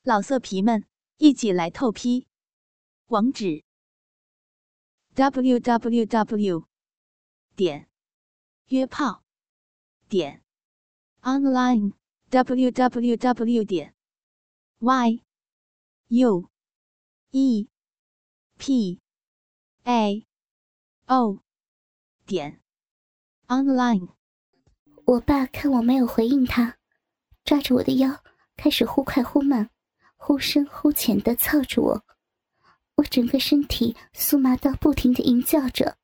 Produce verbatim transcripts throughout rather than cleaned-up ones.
老色皮们，一起来透批！网址 ：double u double u double u 点约炮点 online double u double u double u 点 y u e p a o 点 online。 我爸看我没有回应他，抓着我的腰开始忽快忽慢、忽深忽浅地操着我，我整个身体酥麻到不停地吟叫着。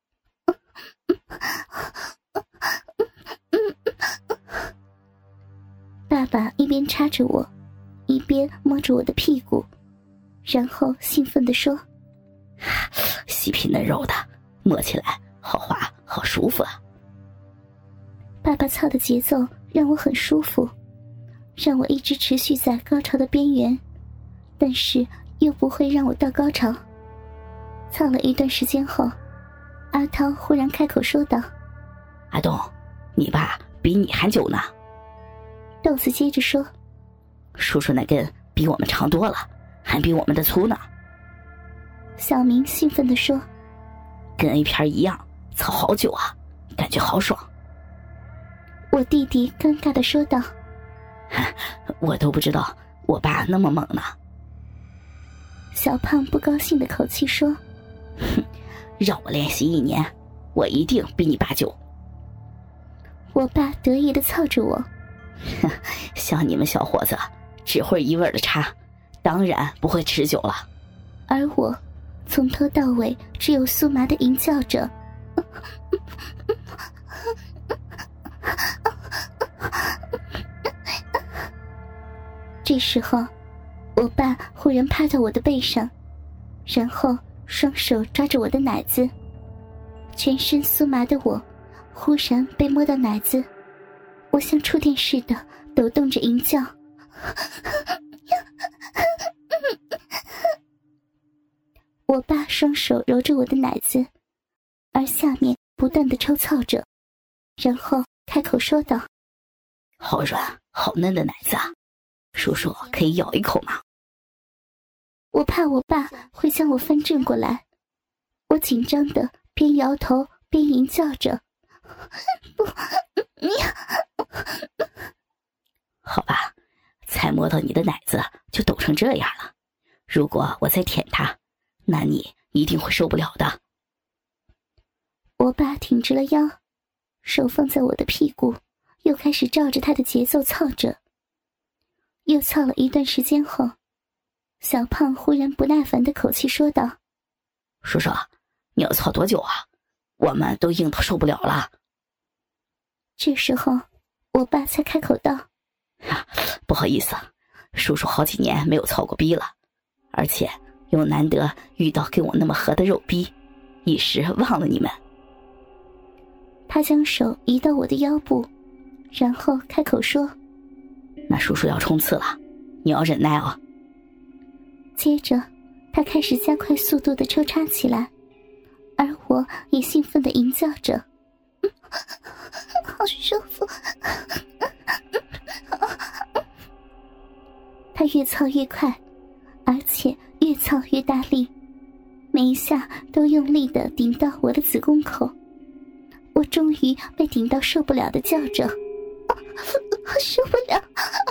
爸爸一边插着我，一边摸着我的屁股，然后兴奋地说： 细皮嫩肉的，摸起来好滑好舒服啊。 爸爸操的节奏让我很舒服，让我一直持续在高潮的边缘，但是又不会让我到高潮。操了一段时间后，阿涛忽然开口说道： 阿东，你爸比你还久呢。 豆子接着说： 叔叔那根比我们长多了，还比我们的粗呢。 小明兴奋地说： 跟 A 片一样，操好久啊，感觉好爽。 我弟弟尴尬地说道： 我都不知道我爸那么猛呢。 小胖不高兴的口气说： 哼，让我练习一年，我一定比你爸久。 我爸得意地操着我： 像你们小伙子只会一味的插，当然不会持久了。 而我从头到尾只有酥麻的吟叫着。这时候我爸忽然趴到我的背上，然后双手抓着我的奶子，全身酥麻的我忽然被摸到奶子，我像触电似的抖动着吟叫。我爸双手揉着我的奶子，而下面不断地抽操着，然后开口说道： 好软好嫩的奶子啊，叔叔可以咬一口吗？ 我怕我爸会将我翻正过来，我紧张的边摇头边吟叫着：不，你好吧，才摸到你的奶子就抖成这样了，如果我再舔它，那你一定会受不了的。 我爸挺直了腰，手放在我的屁股，又开始照着他的节奏操着。又操了一段时间后，小胖忽然不耐烦的口气说道： 叔叔，你要操多久啊？我们都硬到受不了了。 这时候我爸才开口道： 不好意思，叔叔好几年没有操过逼了，而且又难得遇到跟我那么合的肉逼，一时忘了你们。 他将手移到我的腰部，然后开口说： 那叔叔要冲刺了，你要忍耐哦。 接着他开始加快速度的抽插起来，而我也兴奋地吟叫着：好舒服。他越操越快，而且越操越大力，每一下都用力地顶到我的子宫口。我终于被顶到受不了的叫着：受不了。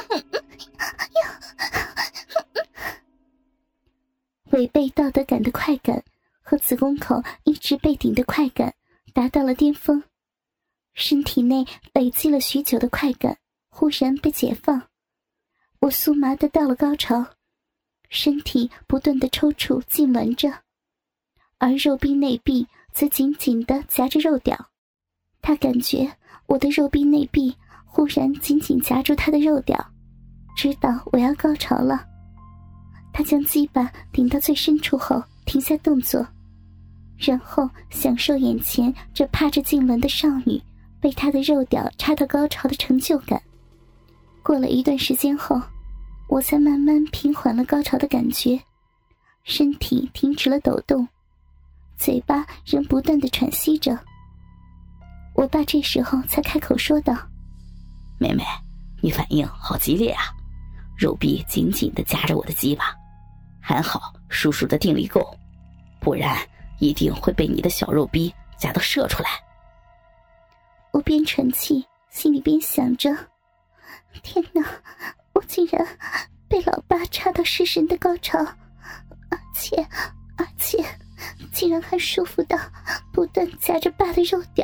违背道德感的快感和子宫口一直被顶的快感达到了巅峰，身体内累积了许久的快感忽然被解放，我酥麻的到了高潮，身体不断的抽搐痉挛着，而肉壁内壁则紧紧地夹着肉屌。他感觉我的肉壁内壁忽然紧紧夹住他的肉屌，知道我要高潮了。他将鸡巴顶到最深处后停下动作，然后享受眼前这趴着痉挛的少女被他的肉屌插到高潮的成就感。过了一段时间后，我才慢慢平缓了高潮的感觉，身体停止了抖动，嘴巴仍不断地喘息着。我爸这时候才开口说道： 妹妹，你反应好激烈啊， 肉壁紧紧地夹着我的鸡巴，还好叔叔的定力够，不然一定会被你的小肉逼夹到射出来。 我边喘气，心里边想着：天哪，我竟然被老爸插到失神的高潮，而且而且竟然还舒服到不断夹着爸的肉屌。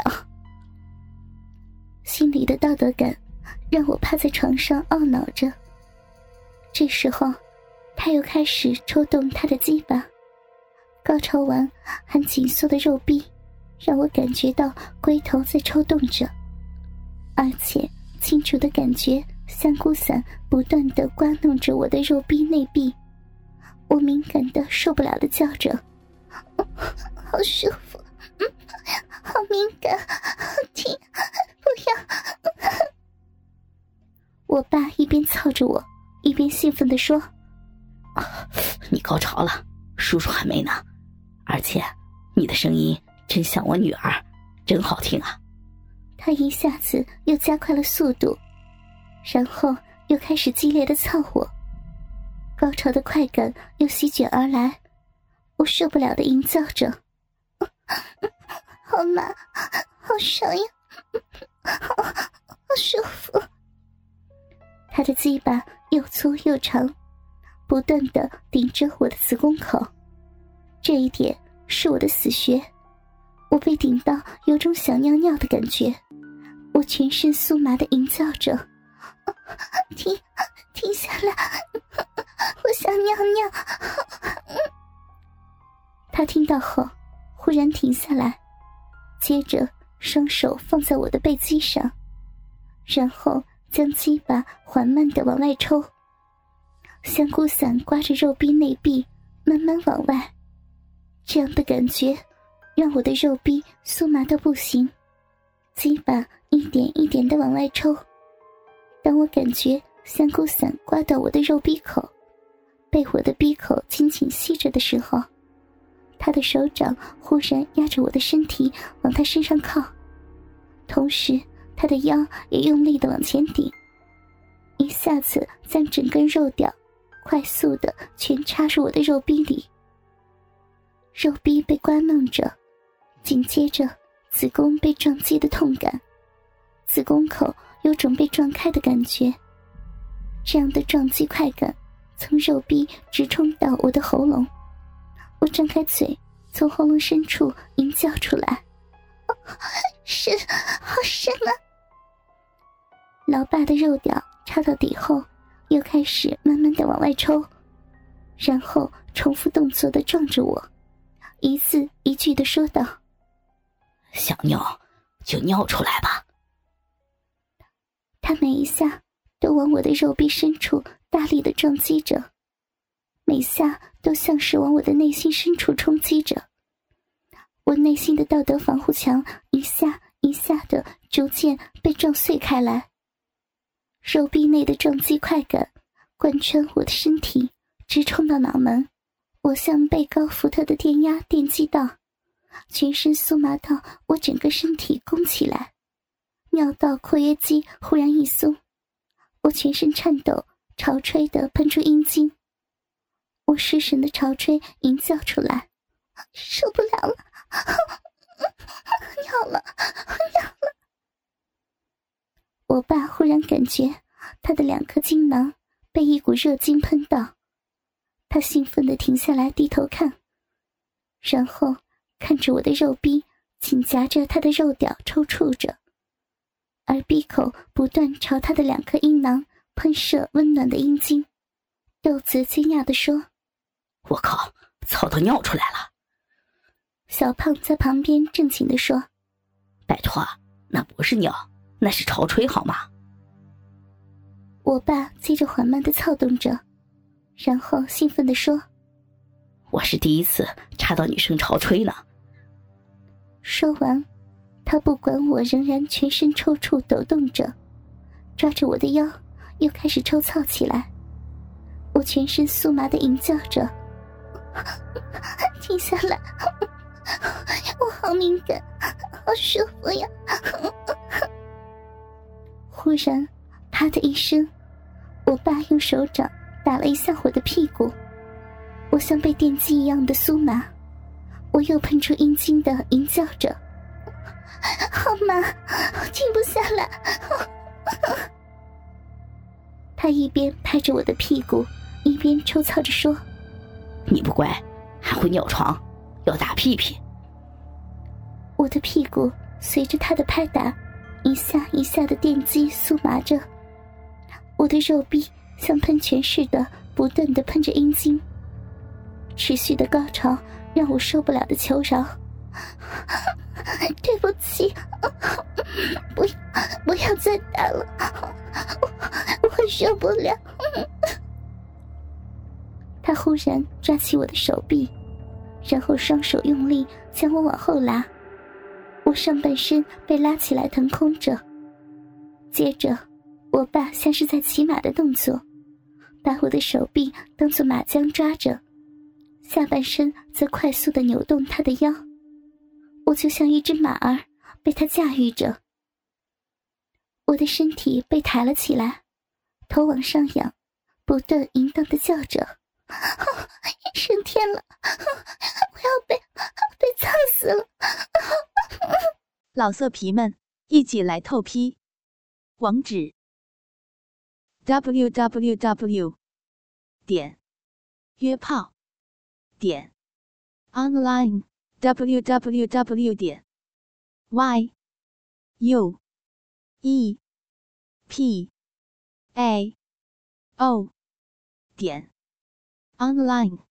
心里的道德感让我趴在床上懊恼着。这时候他又开始抽动他的鸡巴，高潮完还紧缩的肉壁让我感觉到龟头在抽动着，而且清楚的感觉香菇伞不断地刮弄着我的肉壁内壁。我敏感的受不了的叫着：好舒服，嗯，好敏感，停，不要。我爸一边操着我，一边兴奋地说： 你高潮了，叔叔还没呢，而且你的声音真像我女儿，真好听啊。 他一下子又加快了速度，然后又开始激烈的操我，高潮的快感又席卷而来，我受不了的吟叫着：好麻，好爽呀，好好舒服。他的鸡巴又粗又长，不断地顶着我的子宫口，这一点是我的死穴。我被顶到有种想尿尿的感觉，我全身酥麻的吟叫着：停，停下来，我想尿尿。他听到后忽然停下来，接着双手放在我的背肌上，然后将鸡巴缓慢地往外抽，香菇伞刮着肉壁内壁慢慢往外，这样的感觉让我的肉壁酥麻到不行，鸡巴一点一点地往外抽。当我感觉香菇伞刮到我的肉壁口，被我的壁口紧紧吸着的时候，他的手掌忽然压着我的身体往他身上靠，同时他的腰也用力地往前顶，一下子将整根肉屌快速地全插入我的肉壁里。肉壁被刮弄着，紧接着子宫被撞击的痛感，子宫口有种被撞开的感觉，这样的撞击快感从肉壁直冲到我的喉咙。我张开嘴，从喉咙深处吟叫出来：深，好深啊。老爸的肉屌插到底后又开始慢慢的往外抽，然后重复动作的撞着我，一字一句的说道： 想尿就尿出来吧。 他每一下都往我的肉壁深处大力的撞击着，每下都像是往我的内心深处冲击着。我内心的道德防护墙一下一下的逐渐被撞碎开来，肉壁内的撞击快感贯穿我的身体，直冲到脑门。我像被高伏特的电压电击到，全身酥麻到我整个身体弓起来，尿道括约肌忽然一松，我全身颤抖，潮吹的喷出阴茎。我失神的潮吹吟叫出来：受不了了，尿了，尿了。我爸忽然感觉他的两颗精囊被一股热精喷到，他兴奋地停下来低头看，然后看着我的肉壁紧夹着他的肉屌抽搐着，而鼻口不断朝他的两颗阴囊喷射温暖的阴茎。豆子惊讶地说： 我靠，操到尿出来了。 小胖在旁边正经地说： 拜托，那不是尿，那是潮吹好吗？ 我爸接着缓慢地操动着，然后兴奋地说： 我是第一次插到女生潮吹呢。 说完，他不管我仍然全身抽搐抖动着，抓着我的腰又开始抽操起来。我全身酥麻地吟叫着：停下来，我好敏感，好舒服呀。忽然啪的一声， 我爸用手掌打了一下我的屁股，我像被电击一样的酥麻，我又喷出阴茎的吟叫着：“好麻，停不下来。”他一边拍着我的屁股，一边抽操着说：“ 你不乖，还会尿床，要打屁屁。” 我的屁股随着他的拍打，一下一下的电击酥麻着，我的肉壁像喷泉似的不断地喷着阴茎，持续的高潮让我受不了的求饶：“对不起，不不要再打了，我我受不了。”他忽然抓起我的手臂，然后双手用力将我往后拉，我上半身被拉起来腾空着。接着我爸像是在骑马的动作，把我的手臂当作马缰抓着，下半身则快速地扭动他的腰，我就像一只马儿被他驾驭着。我的身体被抬了起来，头往上仰，不断淫荡地叫着：“升天了，我要被被操死了！” 老色皮们，一起来透批！网址 ：double-u double-u double-u 点约炮点 online double-u double-u double-u 点 y u e p a o 点 online。